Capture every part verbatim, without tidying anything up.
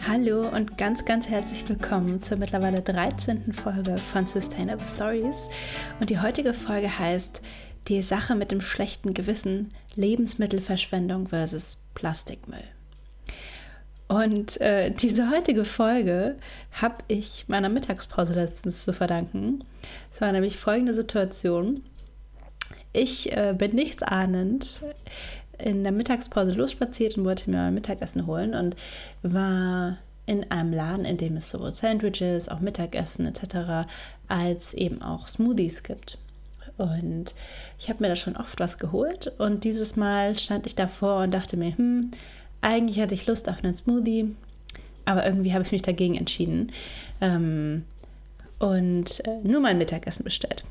Hallo und ganz, ganz herzlich willkommen zur mittlerweile dreizehnten Folge von Sustainable Stories. Und die heutige Folge heißt Die Sache mit dem schlechten Gewissen, Lebensmittelverschwendung versus Plastikmüll. Und äh, diese heutige Folge habe ich meiner Mittagspause letztens zu verdanken. Es war nämlich folgende Situation. Ich äh, bin nichtsahnend in der Mittagspause losspaziert und wollte mir mein Mittagessen holen und war in einem Laden, in dem es sowohl Sandwiches, auch Mittagessen et cetera als eben auch Smoothies gibt. Und ich habe mir da schon oft was geholt und dieses Mal stand ich davor und dachte mir, hm, eigentlich hatte ich Lust auf einen Smoothie, aber irgendwie habe ich mich dagegen entschieden ähm, und äh, nur mein Mittagessen bestellt.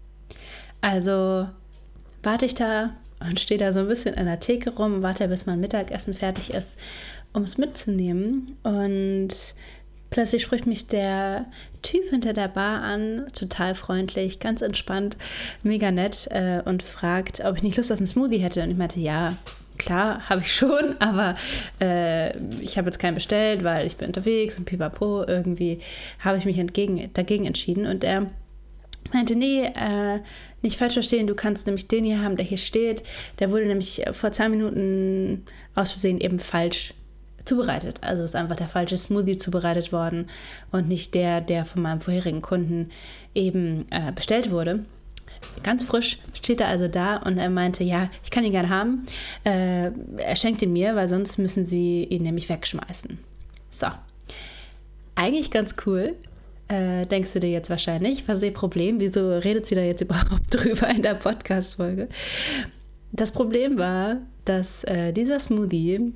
Also warte ich da und stehe da so ein bisschen an der Theke rum, warte, bis mein Mittagessen fertig ist, um es mitzunehmen. Und plötzlich spricht mich der Typ hinter der Bar an, total freundlich, ganz entspannt, mega nett äh, und fragt, ob ich nicht Lust auf einen Smoothie hätte. Und ich meinte, ja, klar, habe ich schon, aber äh, ich habe jetzt keinen bestellt, weil ich bin unterwegs und pipapo. Irgendwie habe ich mich entgegen, dagegen entschieden. Und er meinte, nee, äh, nicht falsch verstehen, du kannst nämlich den hier haben, der hier steht. Der wurde nämlich vor zwei Minuten aus Versehen eben falsch zubereitet. Also ist einfach der falsche Smoothie zubereitet worden und nicht der, der von meinem vorherigen Kunden eben äh, bestellt wurde. Ganz frisch steht er also da und er meinte, ja, ich kann ihn gerne haben. Äh, er schenkt ihn mir, weil sonst müssen sie ihn nämlich wegschmeißen. So, eigentlich ganz cool. Äh, denkst du dir jetzt wahrscheinlich, was ist ihr Problem? Wieso redet sie da jetzt überhaupt drüber in der Podcast-Folge? Das Problem war, dass äh, dieser Smoothie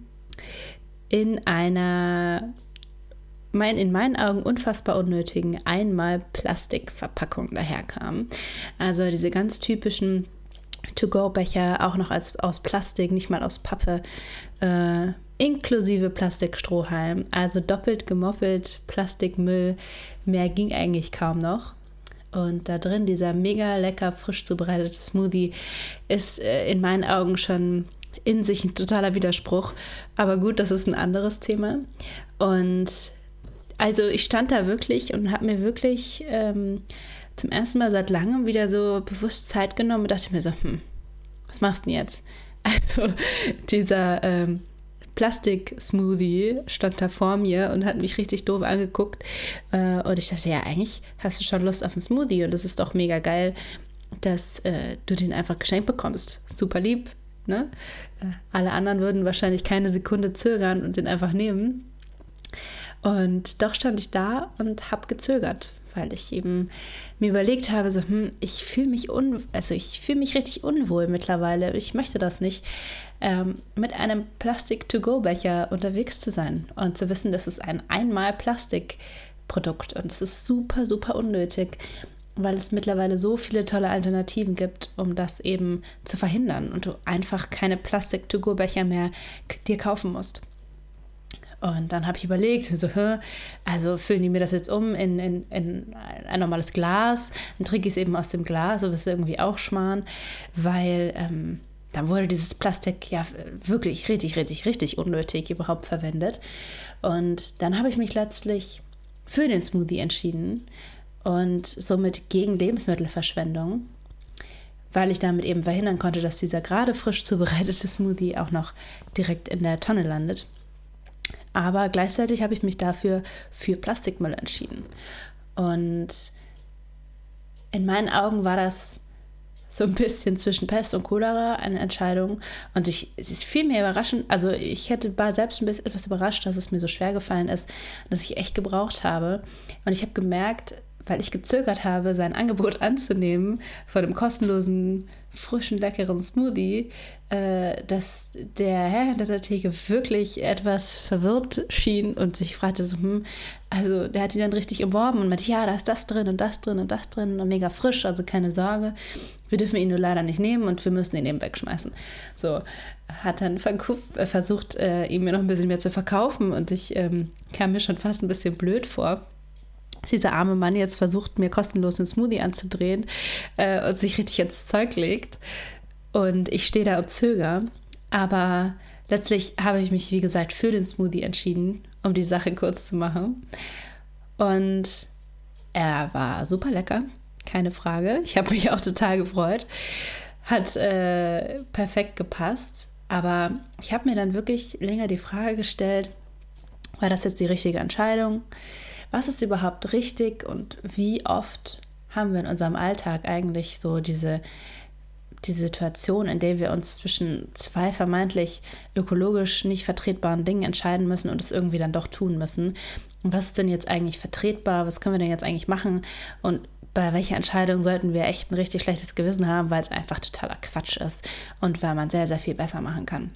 in einer, mein, in meinen Augen unfassbar unnötigen Einmal-Plastikverpackung daherkam. Also diese ganz typischen To-Go-Becher, auch noch als, aus Plastik, nicht mal aus Pappe, äh, inklusive Plastikstrohhalm, also doppelt gemoppelt Plastikmüll, mehr ging eigentlich kaum noch. Und da drin dieser mega lecker frisch zubereitete Smoothie ist äh, in meinen Augen schon in sich ein totaler Widerspruch. Aber gut, das ist ein anderes Thema. Und also ich stand da wirklich und habe mir wirklich ähm, zum ersten Mal seit langem wieder so bewusst Zeit genommen und dachte mir so, hm, was machst du denn jetzt? Also dieser ähm, Plastik-Smoothie stand da vor mir und hat mich richtig doof angeguckt. Äh, und ich dachte, ja, eigentlich hast du schon Lust auf einen Smoothie und das ist doch mega geil, dass äh, du den einfach geschenkt bekommst. Super lieb, ne? Äh, alle anderen würden wahrscheinlich keine Sekunde zögern und den einfach nehmen. Und doch stand ich da und habe gezögert, weil ich eben mir überlegt habe, so, hm, ich fühle mich un, also ich fühle mich richtig unwohl mittlerweile. Ich möchte das nicht, ähm, mit einem Plastik-to-go-Becher unterwegs zu sein und zu wissen, das ist ein Einmal-Plastikprodukt und das ist super, super unnötig, weil es mittlerweile so viele tolle Alternativen gibt, um das eben zu verhindern und du einfach keine Plastik-to-go-Becher mehr dir kaufen musst. Und dann habe ich überlegt, so, also füllen die mir das jetzt um in, in, in ein normales Glas, dann trinke ich es eben aus dem Glas, so ist irgendwie auch Schmarrn, weil ähm, dann wurde dieses Plastik ja wirklich richtig, richtig, richtig unnötig überhaupt verwendet. Und dann habe ich mich letztlich für den Smoothie entschieden und somit gegen Lebensmittelverschwendung, weil ich damit eben verhindern konnte, dass dieser gerade frisch zubereitete Smoothie auch noch direkt in der Tonne landet. Aber gleichzeitig habe ich mich dafür für Plastikmüll entschieden. Und in meinen Augen war das so ein bisschen zwischen Pest und Cholera eine Entscheidung. Und ich, es ist viel mehr überraschend. Also ich hätte war selbst ein bisschen etwas überrascht, dass es mir so schwer gefallen ist, dass ich echt gebraucht habe. Und ich habe gemerkt, weil ich gezögert habe, sein Angebot anzunehmen von einem kostenlosen, frischen, leckeren Smoothie, äh, dass der Herr hinter der Theke wirklich etwas verwirrt schien und sich fragte so, hm, also der hat ihn dann richtig umworben und meinte, ja, da ist das drin und das drin und das drin und mega frisch, also keine Sorge, wir dürfen ihn nur leider nicht nehmen und wir müssen ihn eben wegschmeißen. So, hat dann verkuf- äh, versucht, äh, ihn mir noch ein bisschen mehr zu verkaufen und ich ähm, kam mir schon fast ein bisschen blöd vor. Dieser arme Mann jetzt versucht, mir kostenlos einen Smoothie anzudrehen äh, und sich richtig ins Zeug legt. Und ich stehe da und zögere. Aber letztlich habe ich mich, wie gesagt, für den Smoothie entschieden um die Sache kurz zu machen. Und er war super lecker, keine Frage. Ich habe mich auch total gefreut. Hat äh, perfekt gepasst. Aber ich habe mir dann wirklich länger die Frage gestellt, war das jetzt die richtige Entscheidung? Was ist überhaupt richtig und wie oft haben wir in unserem Alltag eigentlich so diese, diese Situation, in der wir uns zwischen zwei vermeintlich ökologisch nicht vertretbaren Dingen entscheiden müssen und es irgendwie dann doch tun müssen? Und was ist denn jetzt eigentlich vertretbar? Was können wir denn jetzt eigentlich machen? Und bei welcher Entscheidung sollten wir echt ein richtig schlechtes Gewissen haben, weil es einfach totaler Quatsch ist und weil man sehr, sehr viel besser machen kann?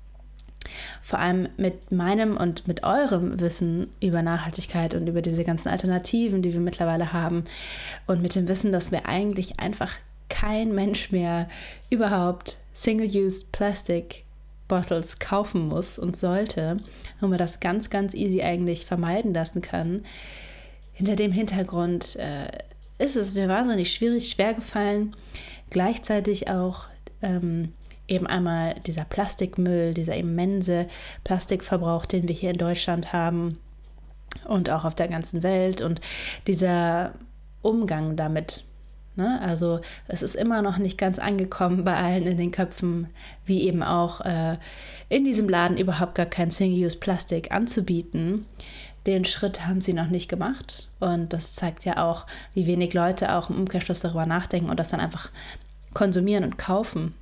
Vor allem mit meinem und mit eurem Wissen über Nachhaltigkeit und über diese ganzen Alternativen, die wir mittlerweile haben und mit dem Wissen, dass wir eigentlich einfach kein Mensch mehr überhaupt Single-Use Plastic Bottles kaufen muss und sollte und man das ganz, ganz easy eigentlich vermeiden lassen kann. Hinter dem Hintergrund äh, ist es mir wahnsinnig schwierig, schwer gefallen, gleichzeitig auch ähm, eben einmal dieser Plastikmüll, dieser immense Plastikverbrauch, den wir hier in Deutschland haben und auch auf der ganzen Welt und dieser Umgang damit. Ne? Also es ist immer noch nicht ganz angekommen bei allen in den Köpfen, wie eben auch äh, in diesem Laden überhaupt gar kein Single-Use-Plastik anzubieten. Den Schritt haben sie noch nicht gemacht und das zeigt ja auch, wie wenig Leute auch im Umkehrschluss darüber nachdenken und das dann einfach konsumieren und kaufen.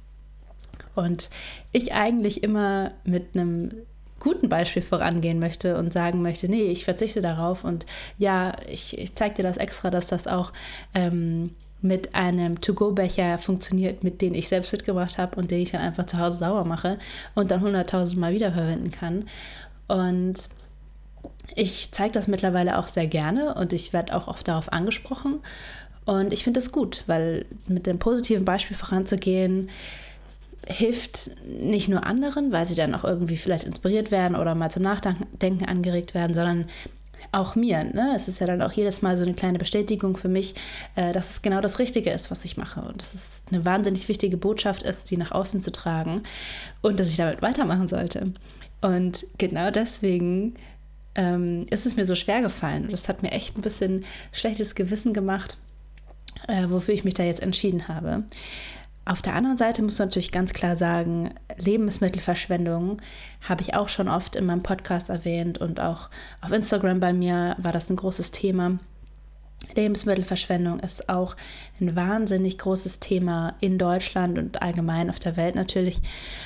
Und ich eigentlich immer mit einem guten Beispiel vorangehen möchte und sagen möchte, nee, ich verzichte darauf und ja, ich, ich zeige dir das extra, dass das auch ähm, mit einem To-Go-Becher funktioniert, mit dem ich selbst mitgebracht habe und den ich dann einfach zu Hause sauber mache und dann hunderttausend Mal wiederverwenden kann. Und ich zeige das mittlerweile auch sehr gerne und ich werde auch oft darauf angesprochen. Und ich finde das gut, weil mit dem positiven Beispiel voranzugehen, hilft nicht nur anderen, weil sie dann auch irgendwie vielleicht inspiriert werden oder mal zum Nachdenken angeregt werden, sondern auch mir. Ne? Es ist ja dann auch jedes Mal so eine kleine Bestätigung für mich, äh, dass es genau das Richtige ist, was ich mache. Und dass es eine wahnsinnig wichtige Botschaft ist, die nach außen zu tragen und dass ich damit weitermachen sollte. Und genau deswegen ähm, ist es mir so schwer gefallen. Und das hat mir echt ein bisschen schlechtes Gewissen gemacht, äh, wofür ich mich da jetzt entschieden habe. Auf der anderen Seite muss man natürlich ganz klar sagen, Lebensmittelverschwendung habe ich auch schon oft in meinem Podcast erwähnt und auch auf Instagram bei mir war das ein großes Thema. Lebensmittelverschwendung ist auch ein wahnsinnig großes Thema in Deutschland und allgemein auf der Welt natürlich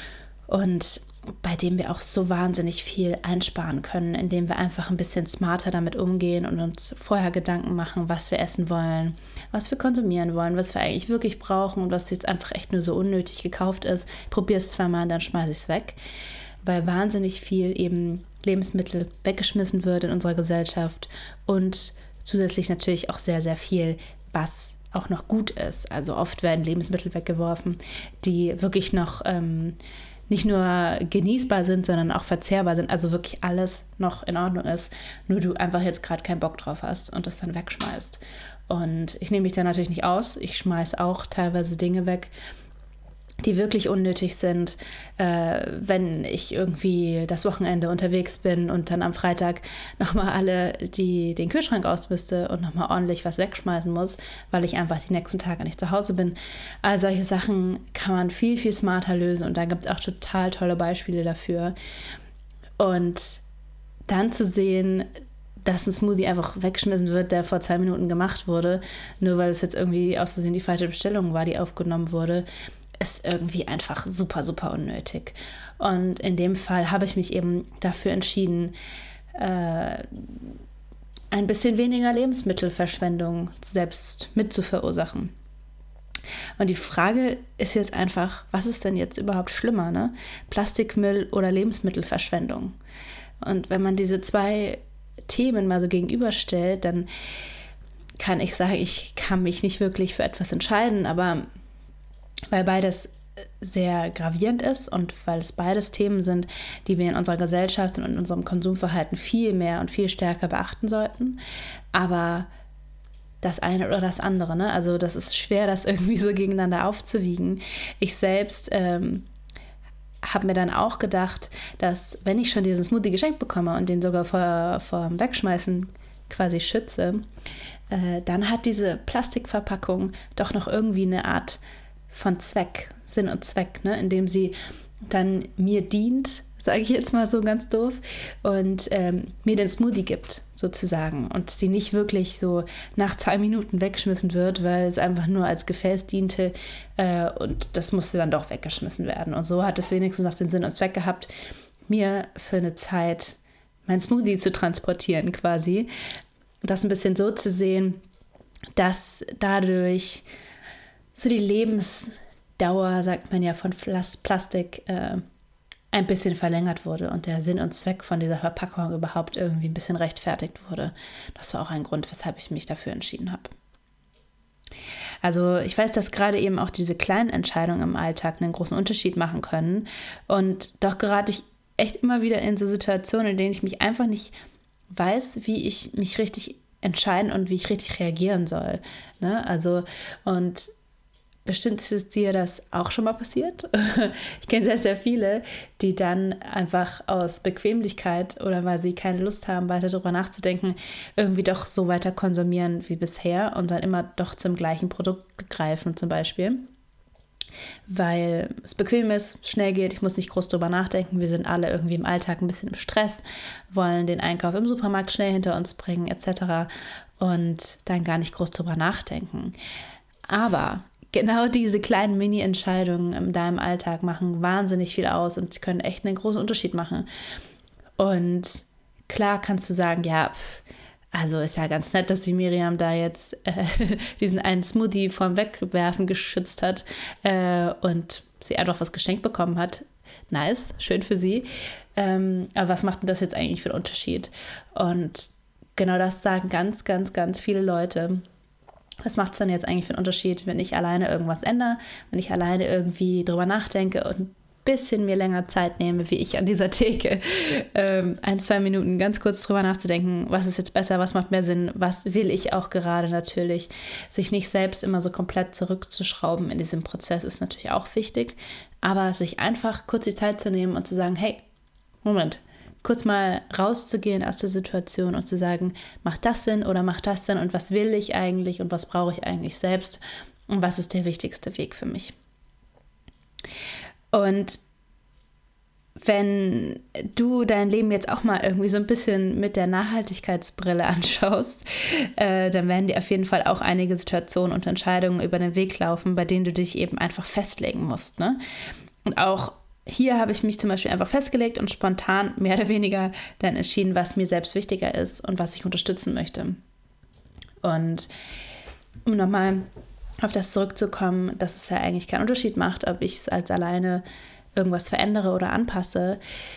und bei dem wir auch so wahnsinnig viel einsparen können, indem wir einfach ein bisschen smarter damit umgehen und uns vorher Gedanken machen, was wir essen wollen, was wir konsumieren wollen, was wir eigentlich wirklich brauchen und was jetzt einfach echt nur so unnötig gekauft ist. Ich probiere es zweimal und dann schmeiße ich es weg, weil wahnsinnig viel eben Lebensmittel weggeschmissen wird in unserer Gesellschaft und zusätzlich natürlich auch sehr, sehr viel, was auch noch gut ist. Also oft werden Lebensmittel weggeworfen, die wirklich noch ähm, nicht nur genießbar sind, sondern auch verzehrbar sind, also wirklich alles noch in Ordnung ist, nur du einfach jetzt gerade keinen Bock drauf hast und das dann wegschmeißt. Und ich nehme mich da natürlich nicht aus, ich schmeiße auch teilweise Dinge weg, die wirklich unnötig sind, äh, wenn ich irgendwie das Wochenende unterwegs bin und dann am Freitag nochmal alle die, den Kühlschrank ausmiste und nochmal ordentlich was wegschmeißen muss, weil ich einfach die nächsten Tage nicht zu Hause bin. All solche Sachen kann man viel, viel smarter lösen und da gibt es auch total tolle Beispiele dafür. Und dann zu sehen, dass ein Smoothie einfach weggeschmissen wird, der vor zwei Minuten gemacht wurde, nur weil es jetzt irgendwie aus Versehen die falsche Bestellung war, die aufgenommen wurde, ist irgendwie einfach super, super unnötig. Und in dem Fall habe ich mich eben dafür entschieden, äh, ein bisschen weniger Lebensmittelverschwendung selbst mit zu verursachen. Und die Frage ist jetzt einfach, was ist denn jetzt überhaupt schlimmer, ne? Plastikmüll oder Lebensmittelverschwendung? Und wenn man diese zwei Themen mal so gegenüberstellt, dann kann ich sagen, ich kann mich nicht wirklich für etwas entscheiden, aber weil beides sehr gravierend ist und weil es beides Themen sind, die wir in unserer Gesellschaft und in unserem Konsumverhalten viel mehr und viel stärker beachten sollten. Aber das eine oder das andere, ne? Also das ist schwer, das irgendwie so gegeneinander aufzuwiegen. Ich selbst ähm, habe mir dann auch gedacht, dass wenn ich schon diesen Smoothie geschenkt bekomme und den sogar vor, vor dem Wegschmeißen quasi schütze, äh, dann hat diese Plastikverpackung doch noch irgendwie eine Art von Zweck, Sinn und Zweck, ne? Indem sie dann mir dient, sage ich jetzt mal so ganz doof, und ähm, mir den Smoothie gibt, sozusagen. Und sie nicht wirklich so nach zwei Minuten weggeschmissen wird, weil es einfach nur als Gefäß diente äh, und das musste dann doch weggeschmissen werden. Und so hat es wenigstens noch den Sinn und Zweck gehabt, mir für eine Zeit mein Smoothie zu transportieren quasi. Und das ein bisschen so zu sehen, dass dadurch so die Lebensdauer, sagt man ja, von Plastik äh, ein bisschen verlängert wurde und der Sinn und Zweck von dieser Verpackung überhaupt irgendwie ein bisschen rechtfertigt wurde. Das war auch ein Grund, weshalb ich mich dafür entschieden habe. Also ich weiß, dass gerade eben auch diese kleinen Entscheidungen im Alltag einen großen Unterschied machen können. Und doch gerate ich echt immer wieder in so Situationen, in denen ich mich einfach nicht weiß, wie ich mich richtig entscheiden und wie ich richtig reagieren soll. Ne? Also und bestimmt ist dir das auch schon mal passiert. Ich kenne sehr, sehr viele, die dann einfach aus Bequemlichkeit oder weil sie keine Lust haben, weiter darüber nachzudenken, irgendwie doch so weiter konsumieren wie bisher und dann immer doch zum gleichen Produkt greifen zum Beispiel. Weil es bequem ist, schnell geht, ich muss nicht groß drüber nachdenken. Wir sind alle irgendwie im Alltag ein bisschen im Stress, wollen den Einkauf im Supermarkt schnell hinter uns bringen et cetera und dann gar nicht groß drüber nachdenken. Aber genau diese kleinen Mini-Entscheidungen in deinem Alltag machen wahnsinnig viel aus und können echt einen großen Unterschied machen. Und klar kannst du sagen, ja, pff, also ist ja ganz nett, dass die Miriam da jetzt äh, diesen einen Smoothie vorm Wegwerfen geschützt hat äh, und sie einfach was geschenkt bekommen hat. Nice, schön für sie. Ähm, aber was macht denn das jetzt eigentlich für einen Unterschied? Und genau das sagen ganz, ganz, ganz viele Leute. Was macht es dann jetzt eigentlich für einen Unterschied, wenn ich alleine irgendwas ändere, wenn ich alleine irgendwie drüber nachdenke und ein bisschen mir länger Zeit nehme, wie ich an dieser Theke, ähm, ein, zwei Minuten ganz kurz drüber nachzudenken, was ist jetzt besser, was macht mehr Sinn, was will ich auch gerade natürlich. Sich nicht selbst immer so komplett zurückzuschrauben in diesem Prozess ist natürlich auch wichtig, aber sich einfach kurz die Zeit zu nehmen und zu sagen, hey, Moment, kurz mal rauszugehen aus der Situation und zu sagen, macht das Sinn oder macht das Sinn und was will ich eigentlich und was brauche ich eigentlich selbst und was ist der wichtigste Weg für mich. Und wenn du dein Leben jetzt auch mal irgendwie so ein bisschen mit der Nachhaltigkeitsbrille anschaust, äh, dann werden dir auf jeden Fall auch einige Situationen und Entscheidungen über den Weg laufen, bei denen du dich eben einfach festlegen musst, ne? Und auch hier habe ich mich zum Beispiel einfach festgelegt und spontan mehr oder weniger dann entschieden, was mir selbst wichtiger ist und was ich unterstützen möchte. Und um nochmal auf das zurückzukommen, dass es ja eigentlich keinen Unterschied macht, ob ich es als alleine irgendwas verändere oder anpasse.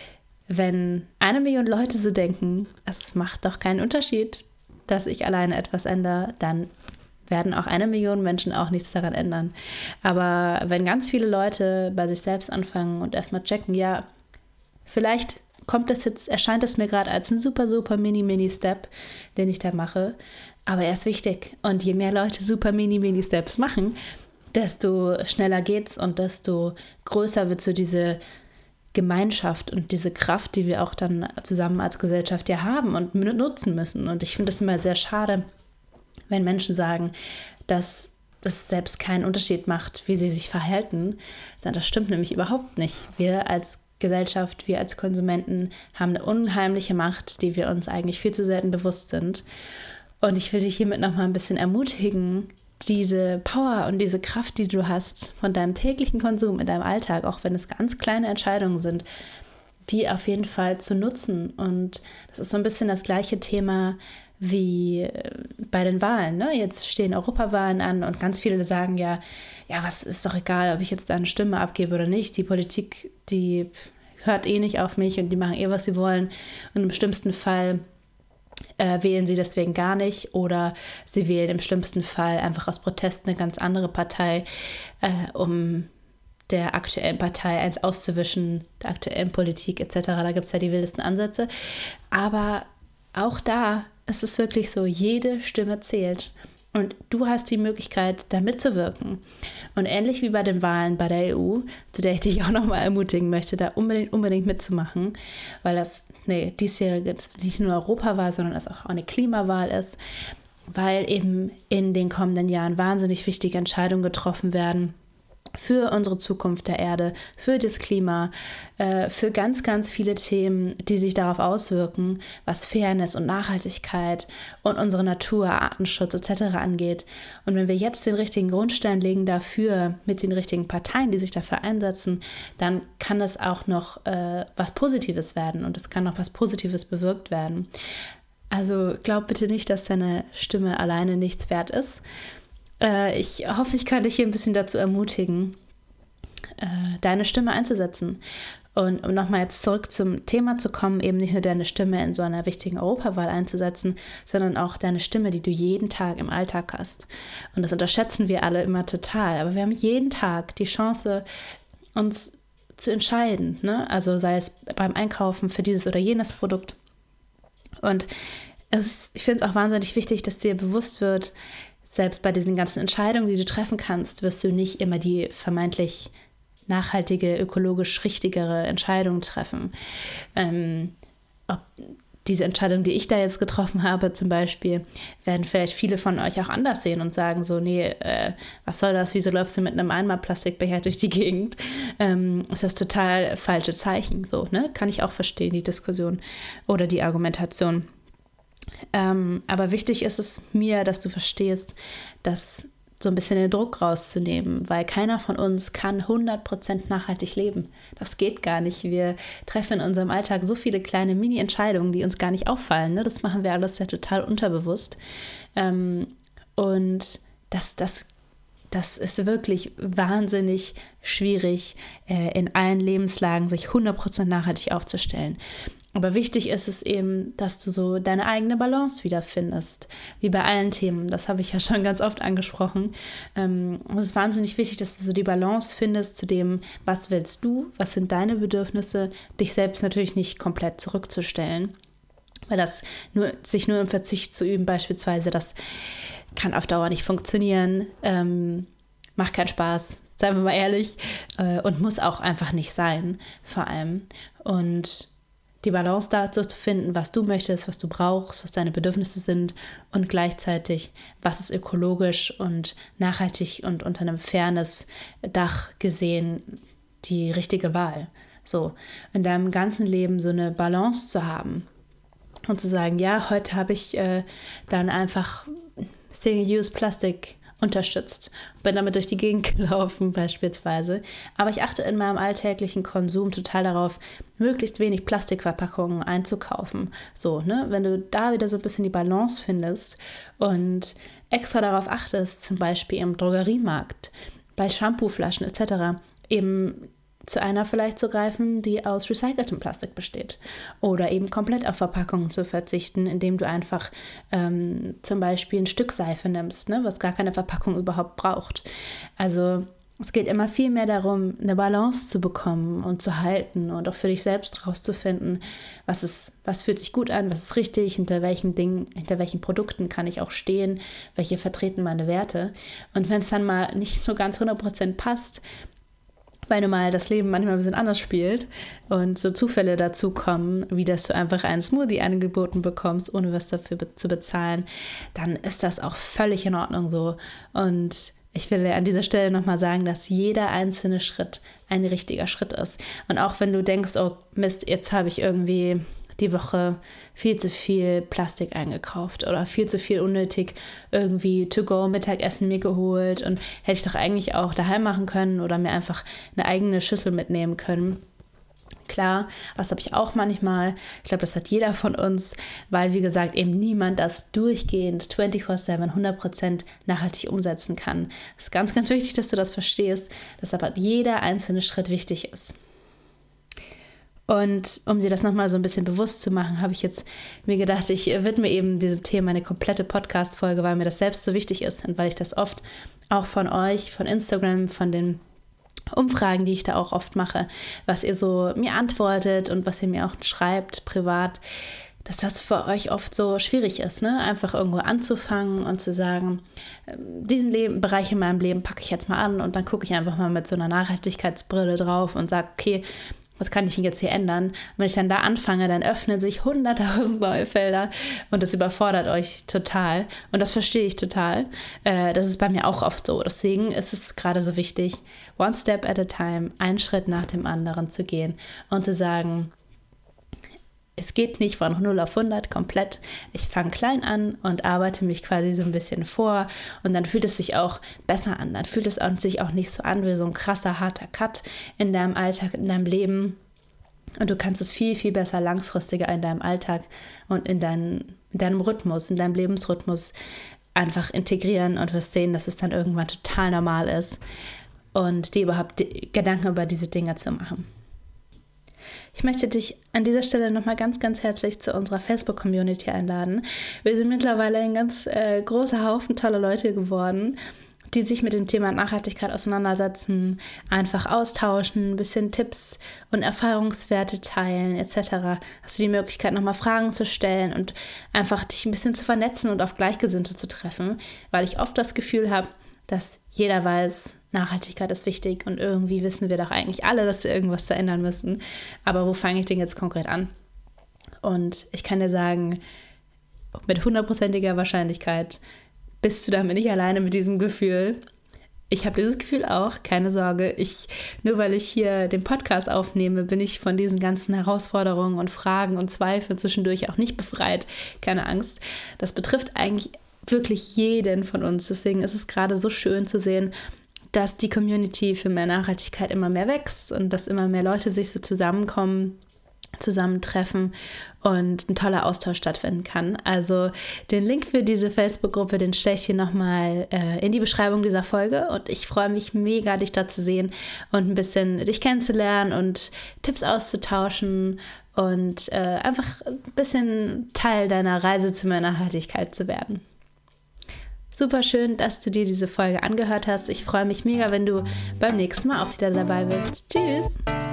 Wenn eine Million Leute so denken, es macht doch keinen Unterschied, dass ich alleine etwas ändere, dann werden auch eine Million Menschen auch nichts daran ändern. Aber wenn ganz viele Leute bei sich selbst anfangen und erstmal checken, ja, vielleicht kommt das jetzt, erscheint es mir gerade als ein super, super mini-mini-Step, den ich da mache, aber er ist wichtig. Und je mehr Leute super mini-mini-Steps machen, desto schneller geht's und desto größer wird so diese Gemeinschaft und diese Kraft, die wir auch dann zusammen als Gesellschaft ja haben und nutzen müssen. Und ich finde es immer sehr schade, wenn Menschen sagen, dass das selbst keinen Unterschied macht, wie sie sich verhalten, dann das stimmt nämlich überhaupt nicht. Wir als Gesellschaft, wir als Konsumenten haben eine unheimliche Macht, die wir uns eigentlich viel zu selten bewusst sind. Und ich will dich hiermit nochmal ein bisschen ermutigen, diese Power und diese Kraft, die du hast von deinem täglichen Konsum in deinem Alltag, auch wenn es ganz kleine Entscheidungen sind, die auf jeden Fall zu nutzen. Und das ist so ein bisschen das gleiche Thema wie bei den Wahlen, ne? Jetzt stehen Europawahlen an und ganz viele sagen ja, ja, was ist doch egal, ob ich jetzt da eine Stimme abgebe oder nicht. Die Politik, die hört eh nicht auf mich und die machen eh, was sie wollen. Und im schlimmsten Fall äh, wählen sie deswegen gar nicht oder sie wählen im schlimmsten Fall einfach aus Protest eine ganz andere Partei, äh, um der aktuellen Partei eins auszuwischen, der aktuellen Politik et cetera. Da gibt es ja die wildesten Ansätze. Aber auch da ist es wirklich so, jede Stimme zählt. Und du hast die Möglichkeit, da mitzuwirken. Und ähnlich wie bei den Wahlen bei der E U, zu der ich dich auch nochmal ermutigen möchte, da unbedingt, unbedingt mitzumachen, weil das nee, diesjährige nicht nur Europawahl, sondern es auch eine Klimawahl ist, weil eben in den kommenden Jahren wahnsinnig wichtige Entscheidungen getroffen werden für unsere Zukunft der Erde, für das Klima, äh, für ganz, ganz viele Themen, die sich darauf auswirken, was Fairness und Nachhaltigkeit und unsere Natur, Artenschutz et cetera angeht. Und wenn wir jetzt den richtigen Grundstein legen dafür, mit den richtigen Parteien, die sich dafür einsetzen, dann kann das auch noch äh, was Positives werden und es kann noch was Positives bewirkt werden. Also glaub bitte nicht, dass deine Stimme alleine nichts wert ist. Ich hoffe, ich kann dich hier ein bisschen dazu ermutigen, deine Stimme einzusetzen. Und um nochmal jetzt zurück zum Thema zu kommen, eben nicht nur deine Stimme in so einer wichtigen Europawahl einzusetzen, sondern auch deine Stimme, die du jeden Tag im Alltag hast. Und das unterschätzen wir alle immer total. Aber wir haben jeden Tag die Chance, uns zu entscheiden, ne? Also sei es beim Einkaufen für dieses oder jenes Produkt. Und es ist, ich finde es auch wahnsinnig wichtig, dass dir bewusst wird, selbst bei diesen ganzen Entscheidungen, die du treffen kannst, wirst du nicht immer die vermeintlich nachhaltige, ökologisch richtigere Entscheidung treffen. Ähm, ob diese Entscheidung, die ich da jetzt getroffen habe, zum Beispiel, werden vielleicht viele von euch auch anders sehen und sagen so, nee, äh, was soll das, wieso läufst du mit einem Einmalplastikbecher durch die Gegend? Ähm, ist das total falsche Zeichen, so, ne? Kann ich auch verstehen, die Diskussion oder die Argumentation. Ähm, aber wichtig ist es mir, dass du verstehst, dass so ein bisschen den Druck rauszunehmen, weil keiner von uns kann hundert Prozent nachhaltig leben. Das geht gar nicht. Wir treffen in unserem Alltag so viele kleine Mini-Entscheidungen, die uns gar nicht auffallen. Ne? Das machen wir alles ja total unterbewusst. Ähm, und das, das, das ist wirklich wahnsinnig schwierig, äh, in allen Lebenslagen sich hundert Prozent nachhaltig aufzustellen. Aber wichtig ist es eben, dass du so deine eigene Balance wiederfindest, wie bei allen Themen. Das habe ich ja schon ganz oft angesprochen. Ähm, es ist wahnsinnig wichtig, dass du so die Balance findest zu dem, was willst du, was sind deine Bedürfnisse, dich selbst natürlich nicht komplett zurückzustellen. Weil das nur, sich nur im Verzicht zu üben beispielsweise, das kann auf Dauer nicht funktionieren, ähm, macht keinen Spaß, seien wir mal ehrlich, äh, und muss auch einfach nicht sein, vor allem. Und die Balance dazu zu finden, was du möchtest, was du brauchst, was deine Bedürfnisse sind und gleichzeitig, was ist ökologisch und nachhaltig und unter einem Fairness-Dach gesehen die richtige Wahl. So, in deinem ganzen Leben so eine Balance zu haben und zu sagen, ja, heute habe ich äh, dann einfach Single-Use-Plastik unterstützt, bin damit durch die Gegend gelaufen beispielsweise. Aber ich achte in meinem alltäglichen Konsum total darauf, möglichst wenig Plastikverpackungen einzukaufen. So, ne, wenn du da wieder so ein bisschen die Balance findest und extra darauf achtest, zum Beispiel im Drogeriemarkt, bei Shampooflaschen et cetera, eben zu einer vielleicht zu greifen, die aus recyceltem Plastik besteht. Oder eben komplett auf Verpackungen zu verzichten, indem du einfach ähm, zum Beispiel ein Stück Seife nimmst, ne, was gar keine Verpackung überhaupt braucht. Also es geht immer viel mehr darum, eine Balance zu bekommen und zu halten und auch für dich selbst rauszufinden, was ist, was fühlt sich gut an, was ist richtig, hinter welchen Dingen, hinter welchen Produkten kann ich auch stehen, welche vertreten meine Werte. Und wenn es dann mal nicht so ganz hundert Prozent passt, weil nun mal das Leben manchmal ein bisschen anders spielt und so Zufälle dazu kommen, wie dass du einfach einen Smoothie angeboten bekommst, ohne was dafür be- zu bezahlen, dann ist das auch völlig in Ordnung so. Und ich will an dieser Stelle nochmal sagen, dass jeder einzelne Schritt ein richtiger Schritt ist. Und auch wenn du denkst, oh Mist, jetzt habe ich irgendwie die Woche viel zu viel Plastik eingekauft oder viel zu viel unnötig irgendwie To-Go-Mittagessen mir geholt und hätte ich doch eigentlich auch daheim machen können oder mir einfach eine eigene Schüssel mitnehmen können. Klar, das habe ich auch manchmal. Ich glaube, das hat jeder von uns, weil, wie gesagt, eben niemand das durchgehend vierundzwanzig sieben hundert Prozent nachhaltig umsetzen kann. Es ist ganz, ganz wichtig, dass du das verstehst, dass aber jeder einzelne Schritt wichtig ist. Und um dir das nochmal so ein bisschen bewusst zu machen, habe ich jetzt mir gedacht, ich widme eben diesem Thema eine komplette Podcast-Folge, weil mir das selbst so wichtig ist und weil ich das oft auch von euch, von Instagram, von den Umfragen, die ich da auch oft mache, was ihr so mir antwortet und was ihr mir auch schreibt, privat, dass das für euch oft so schwierig ist, ne? Einfach irgendwo anzufangen und zu sagen, diesen Leben, Bereich in meinem Leben packe ich jetzt mal an und dann gucke ich einfach mal mit so einer Nachhaltigkeitsbrille drauf und sage, okay, was kann ich denn jetzt hier ändern? Und wenn ich dann da anfange, dann öffnen sich hunderttausend neue Felder und das überfordert euch total. Und das verstehe ich total. Äh, das ist bei mir auch oft so. Deswegen ist es gerade so wichtig, one step at a time, einen Schritt nach dem anderen zu gehen und zu sagen, es geht nicht von null auf hundert komplett. Ich fange klein an und arbeite mich quasi so ein bisschen vor und dann fühlt es sich auch besser an. Dann fühlt es sich auch nicht so an wie so ein krasser, harter Cut in deinem Alltag, in deinem Leben. Und du kannst es viel, viel besser langfristiger in deinem Alltag und in, dein, in deinem Rhythmus, in deinem Lebensrhythmus einfach integrieren und wirst sehen, dass es dann irgendwann total normal ist und dir überhaupt Gedanken über diese Dinge zu machen. Ich möchte dich an dieser Stelle nochmal ganz, ganz herzlich zu unserer Facebook-Community einladen. Wir sind mittlerweile ein ganz äh, großer Haufen toller Leute geworden, die sich mit dem Thema Nachhaltigkeit auseinandersetzen, einfach austauschen, ein bisschen Tipps und Erfahrungswerte teilen et cetera. Hast du die Möglichkeit, nochmal Fragen zu stellen und einfach dich ein bisschen zu vernetzen und auf Gleichgesinnte zu treffen, weil ich oft das Gefühl habe, dass jeder weiß, Nachhaltigkeit ist wichtig und irgendwie wissen wir doch eigentlich alle, dass wir irgendwas verändern müssen. Aber wo fange ich denn jetzt konkret an? Und ich kann dir sagen, mit hundertprozentiger Wahrscheinlichkeit bist du damit nicht alleine mit diesem Gefühl. Ich habe dieses Gefühl auch, keine Sorge. Ich, nur weil ich hier den Podcast aufnehme, bin ich von diesen ganzen Herausforderungen und Fragen und Zweifeln zwischendurch auch nicht befreit. Keine Angst. Das betrifft eigentlich wirklich jeden von uns. Deswegen ist es gerade so schön zu sehen, dass die Community für mehr Nachhaltigkeit immer mehr wächst und dass immer mehr Leute sich so zusammenkommen, zusammentreffen und ein toller Austausch stattfinden kann. Also den Link für diese Facebook-Gruppe, den stelle ich hier nochmal äh, in die Beschreibung dieser Folge und ich freue mich mega, dich da zu sehen und ein bisschen dich kennenzulernen und Tipps auszutauschen und äh, einfach ein bisschen Teil deiner Reise zu mehr Nachhaltigkeit zu werden. Super schön, dass du dir diese Folge angehört hast. Ich freue mich mega, wenn du beim nächsten Mal auch wieder dabei bist. Tschüss!